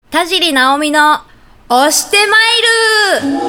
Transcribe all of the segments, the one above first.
田尻直美の押してまいる。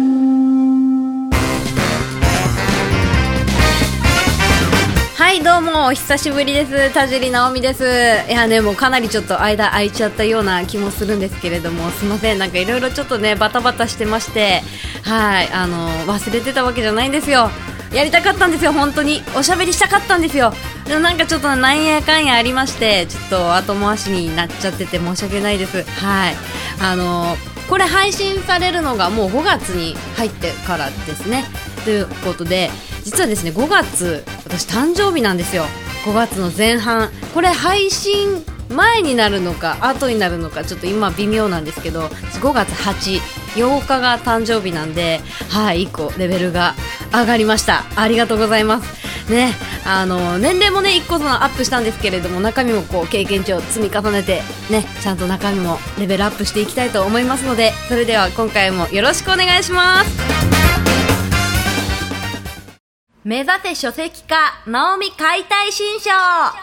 はいどうもお久しぶりです。田尻直美です。いやねもうかなりちょっと間空いちゃったような気もするんですけれども、すいませんなんかいろいろちょっとねバタバタしてまして、はい忘れてたわけじゃないんですよ。やりたかったんですよ。本当におしゃべりしたかったんですよ。でもなんかちょっとなんやかんやありまして、ちょっと後回しになっちゃってて申し訳ないです。はいこれ配信されるのがもう5月に入ってからですね。ということで実はですね5月私誕生日なんですよ。5月の前半、これ配信前になるのか後になるのかちょっと今微妙なんですけど、5月8日が誕生日なんで、はい1個レベルが上がりました。ありがとうございますね。年齢もね1個そのアップしたんですけれども、中身もこう経験値を積み重ねてね、ちゃんと中身もレベルアップしていきたいと思いますので、それでは今回もよろしくお願いします。目指せ書籍化直美解体新書。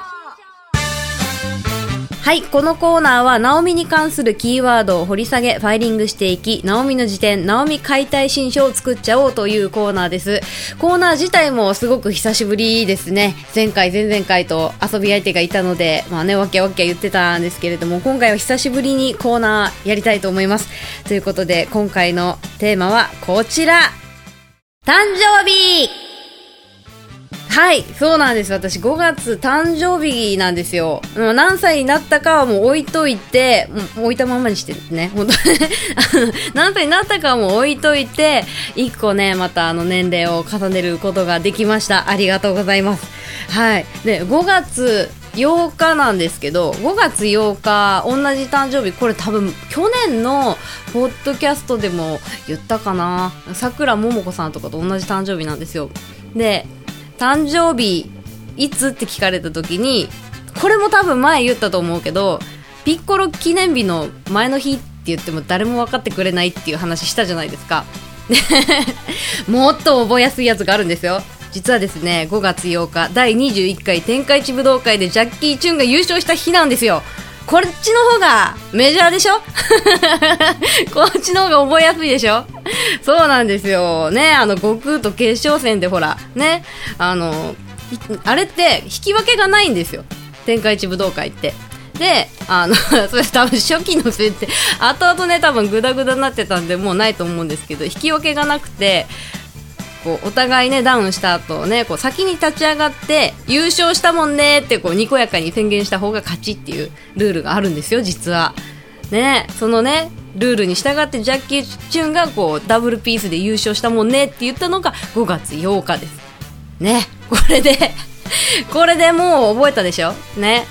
はい、このコーナーは直美に関するキーワードを掘り下げファイリングしていき、直美の辞典直美解体新書を作っちゃおうというコーナーです。コーナー自体もすごく久しぶりですね。前回前々回と遊び相手がいたのでわきゃわきゃ言ってたんですけれども、今回は久しぶりにコーナーやりたいと思います。ということで今回のテーマはこちら、誕生日。はい、そうなんです。私5月誕生日なんですよ。何歳になったかはもう置いといて、置いたままにしてるね。本当何歳になったかはもう置いといて、1個ねまた年齢を重ねることができました。ありがとうございます。はい。で5月8日なんですけど、5月8日同じ誕生日、これ多分去年のポッドキャストでも言ったかな、桜ももこさんとかと同じ誕生日なんですよ。で誕生日いつって聞かれた時に、これも多分前言ったと思うけど、ピッコロ記念日の前の日って言っても誰も分かってくれないっていう話したじゃないですか。もっと覚えやすいやつがあるんですよ。実はですね5月8日第21回天下一武道会でジャッキー・チュンが優勝した日なんですよ。こっちの方がメジャーでしょ。こっちの方が覚えやすいでしょ。そうなんですよね。悟空と決勝戦でほらね、あれって引き分けがないんですよ、天下一武道会って。でそれ多分初期のせいって後々ね多分グダグダになってたんでもうないと思うんですけど、引き分けがなくてこうお互いねダウンした後ね、こう先に立ち上がって優勝したもんねってこうにこやかに宣言した方が勝ちっていうルールがあるんですよ実はね。そのねルールに従ってジャッキー・チュンがこうダブルピースで優勝したもんねって言ったのが5月8日ですね。これでもう覚えたでしょね。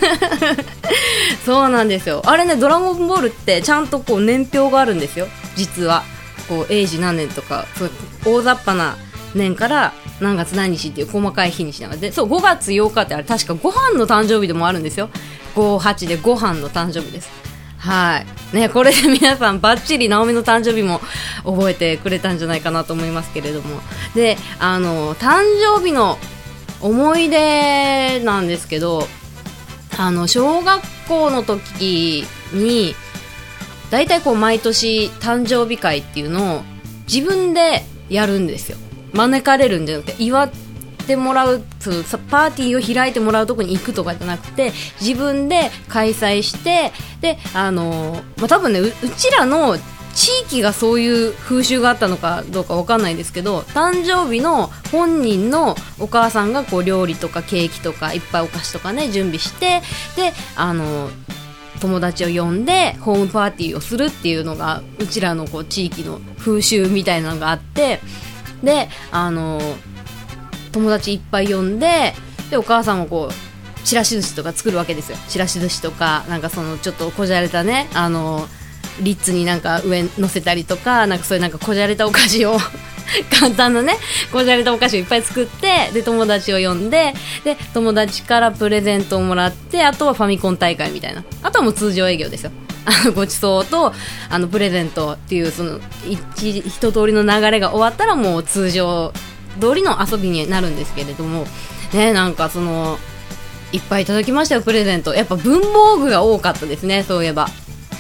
そうなんですよ。あれねドラゴンボールってちゃんとこう年表があるんですよ実は。こう英治何年とかそう大雑把な年から何月何日っていう細かい日にしながらで、そう5月8日ってあれ確かご飯の誕生日でもあるんですよ。58でご飯の誕生日です。はいね、これで皆さんバッチリ直美の誕生日も覚えてくれたんじゃないかなと思いますけれども、で誕生日の思い出なんですけど、小学校の時にだいたいこう毎年誕生日会っていうのを自分でやるんですよ。招かれるんじゃなくて祝ってもらう、そのパーティーを開いてもらうとこに行くとかじゃなくて自分で開催して、で多分ね うちらの地域がそういう風習があったのかどうかわかんないんですけど、誕生日の本人のお母さんがこう料理とかケーキとかいっぱいお菓子とかね準備して、で友達を呼んでホームパーティーをするっていうのがうちらのこう地域の風習みたいなのがあって、で友達いっぱい呼んで、でお母さんもこうちらし寿司とか作るわけですよ。ちらし寿司とかなんかそのちょっとこじゃれたねリッツになんか上乗せたりとか、なんかそういうなんかこじゃれたお菓子を簡単なねこじゃれたお菓子をいっぱい作って、で友達を呼んで、で友達からプレゼントをもらって、あとはファミコン大会みたいな、あとはもう通常営業ですよ。ごちそうとプレゼントっていうその一通りの流れが終わったらもう通常通りの遊びになるんですけれどもね、なんかそのいっぱいいただきましたよプレゼント。やっぱ文房具が多かったですね。そういえば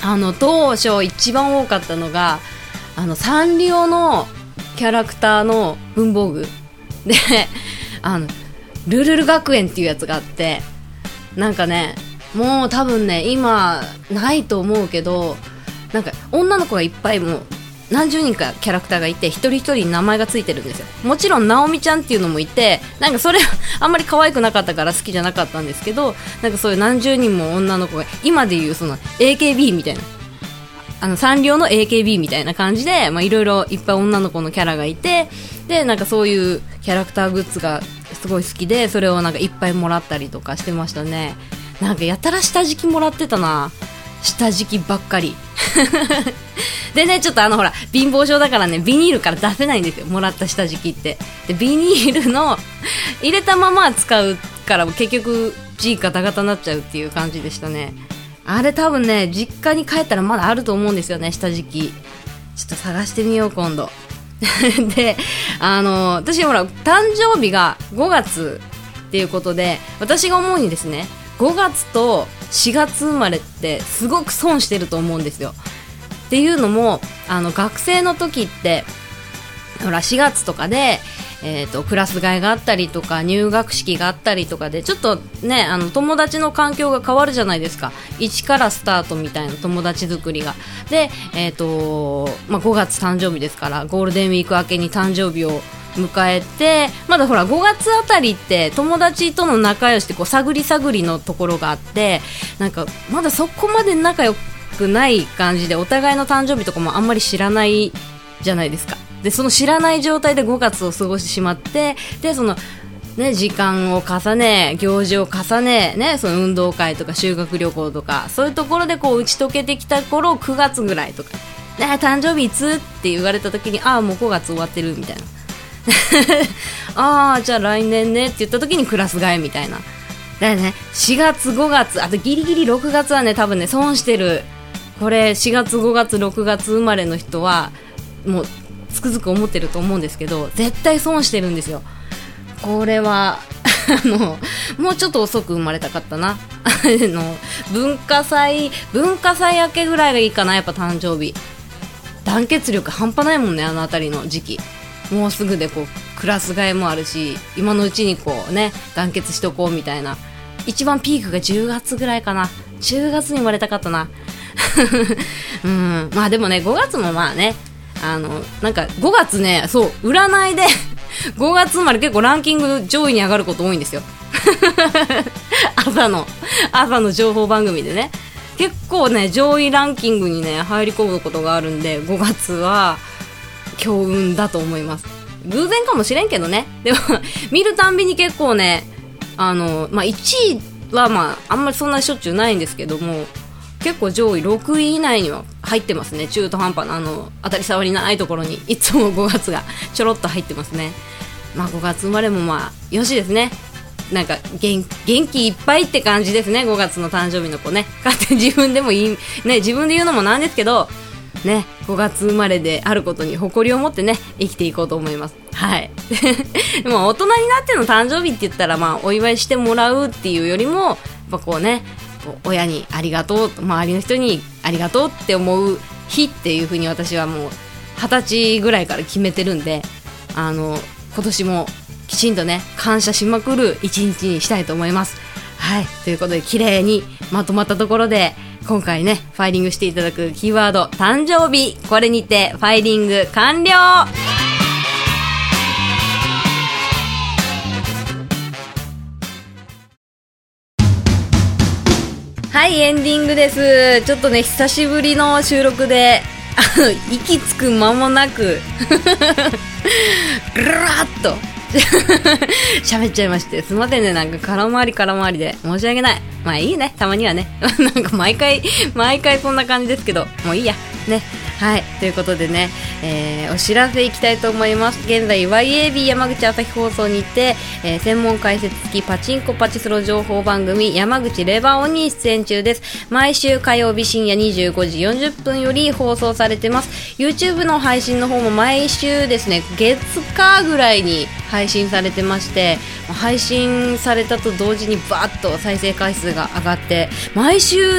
当初一番多かったのがサンリオのキャラクターの文房具でルルル学園っていうやつがあって、なんかねもう多分ね今ないと思うけど、なんか女の子がいっぱいもう何十人かキャラクターがいて、一人一人に名前がついてるんですよ。もちろんナオミちゃんっていうのもいて、なんかそれあんまり可愛くなかったから好きじゃなかったんですけど、なんかそういう何十人も女の子が今でいうその AKB みたいな、サンリオの AKB みたいな感じでいろいろいっぱい女の子のキャラがいて、でなんかそういうキャラクターグッズがすごい好きで、それをなんかいっぱいもらったりとかしてましたね。なんかやたら下敷きもらってたな、下敷きばっかりでね、ちょっとほら貧乏症だからね、ビニールから出せないんですよ、もらった下敷きって。でビニールの入れたまま使うから結局Gガタガタになっちゃうっていう感じでしたね。あれ多分ね実家に帰ったらまだあると思うんですよね、下敷き。ちょっと探してみよう今度で私ほら誕生日が5月っていうことで、私が思うにですね、5月と4月生まれってすごく損してると思うんですよ。っていうのも学生の時ってほら4月とかで、クラス替えがあったりとか入学式があったりとかで、ちょっとね友達の環境が変わるじゃないですか。一からスタートみたいな友達作りが。で、5月誕生日ですから、ゴールデンウィーク明けに誕生日を迎えて、まだほら5月あたりって友達との仲良しってこう探り探りのところがあって、なんかまだそこまで仲良くない感じで、お互いの誕生日とかもあんまり知らないじゃないですか。でその知らない状態で5月を過ごしてしまって、でそのね時間を重ね行事を重ねね、その運動会とか修学旅行とかそういうところでこう打ち解けてきた頃、9月ぐらいとかね、誕生日いつって言われた時に、ああもう5月終わってるみたいなああじゃあ来年ねって言った時にクラス替えみたいな。だからね4月5月あとギリギリ6月はね多分ね損してる。これ4月5月6月生まれの人はもうつくづく思ってると思うんですけど、絶対損してるんですよ。これはもうちょっと遅く生まれたかったな文化祭明けぐらいがいいかな。やっぱ誕生日団結力半端ないもんね、あのあたりの時期。もうすぐでこうクラス替えもあるし、今のうちにこうね団結しとこうみたいな。一番ピークが10月ぐらいかな。10月に生まれたかったなまあでもね5月もまあねなんか5月ね、そう占いで5月生まれ結構ランキング上位に上がること多いんですよ朝の情報番組でね結構ね上位ランキングにね入り込むことがあるんで、5月は強運だと思います。偶然かもしれんけどね。でも見るたんびに結構ね1位はあんまりそんなしょっちゅうないんですけども、結構上位6位以内には入ってますね。中途半端な当たり障りないところにいつも5月がちょろっと入ってますね。5月生まれもよしですね。なんか元気いっぱいって感じですね。5月の誕生日の子ね。勝手に自分でもいいね、自分で言うのもなんですけどね、5月生まれであることに誇りを持ってね生きていこうと思います。はいでも大人になっての誕生日って言ったらお祝いしてもらうっていうよりも、やっぱこうね親にありがとう、周りの人にありがとうって思う日っていう風に私はもう20歳ぐらいから決めてるんで、今年もきちんとね感謝しまくる一日にしたいと思います。はい、ということで綺麗にまとまったところで今回ねファイリングしていただくキーワード誕生日、これにてファイリング完了。はい、エンディングです。ちょっとね久しぶりの収録で息つく間もなくぐらーっと喋っちゃいまして、すいませんね。なんか空回りで申し訳ない。いいね、たまにはねなんか毎回こんな感じですけど、もういいやね。はい、ということでね、お知らせいきたいと思います。現在 YAB 山口朝日放送にて、専門解説付きパチンコパチスロ情報番組山口レバーオンに出演中です。毎週火曜日深夜25時40分より放送されてます。 YouTube の配信の方も毎週ですね、月火ぐらいに配信されてまして、配信されたと同時にバーッと再生回数が上がって、毎週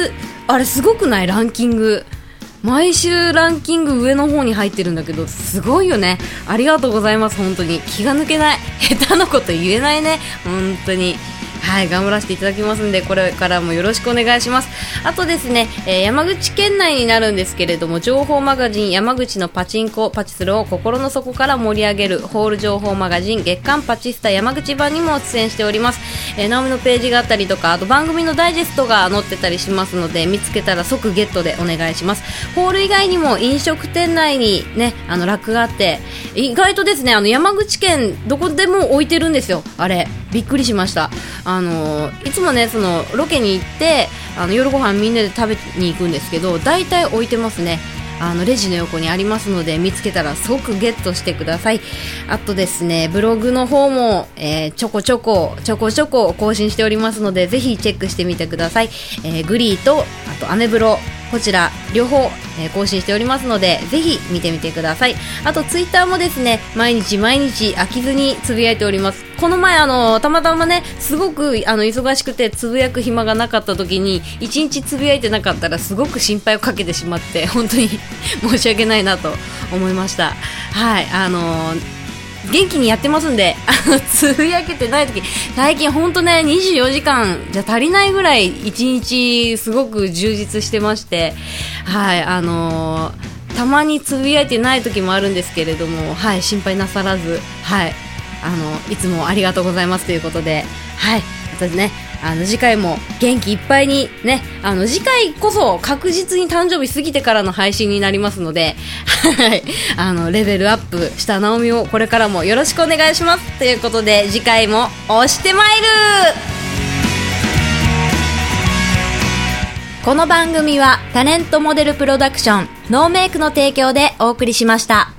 あれすごくない？ランキング毎週ランキング上の方に入ってるんだけど、すごいよね。ありがとうございます。本当に気が抜けない。下手なこと言えないね、本当に。はい、頑張らせていただきますんで、これからもよろしくお願いします。あとですね、山口県内になるんですけれども、情報マガジン山口のパチンコパチスロを心の底から盛り上げるホール情報マガジン月刊パチスタ山口版にも出演しております。ナオミのページがあったりとか、あと番組のダイジェストが載ってたりしますので、見つけたら即ゲットでお願いします。ホール以外にも飲食店内にね、ラックがあって、意外とですね、山口県どこでも置いてるんですよ。あれびっくりしました。いつもね、そのロケに行って夜ご飯みんなで食べに行くんですけど、大体置いてますね。レジの横にありますので、見つけたら即ゲットしてください。あとですね、ブログの方も、ちょこちょこ更新しておりますので、ぜひチェックしてみてください。グリーとあとアメブロ、こちら両方、更新しておりますので、ぜひ見てみてください。あとツイッターもですね、毎日飽きずにつぶやいております。この前たまたまね、すごく忙しくてつぶやく暇がなかった時に1日つぶやいてなかったら、すごく心配をかけてしまって、本当に申し訳ないなと思いました。はい、元気にやってますんで、つぶやけてない時、最近ほんとね、24時間じゃ足りないぐらい1日すごく充実してまして、はい、たまにつぶやいてない時もあるんですけれども、はい、心配なさらず、はい、いつもありがとうございますということで、はい、私ね、次回も元気いっぱいにね、次回こそ確実に誕生日過ぎてからの配信になりますので、はい、レベルアップしたナオミをこれからもよろしくお願いしますということで、次回も押してまいる。この番組はタレントモデルプロダクションノーメイクの提供でお送りしました。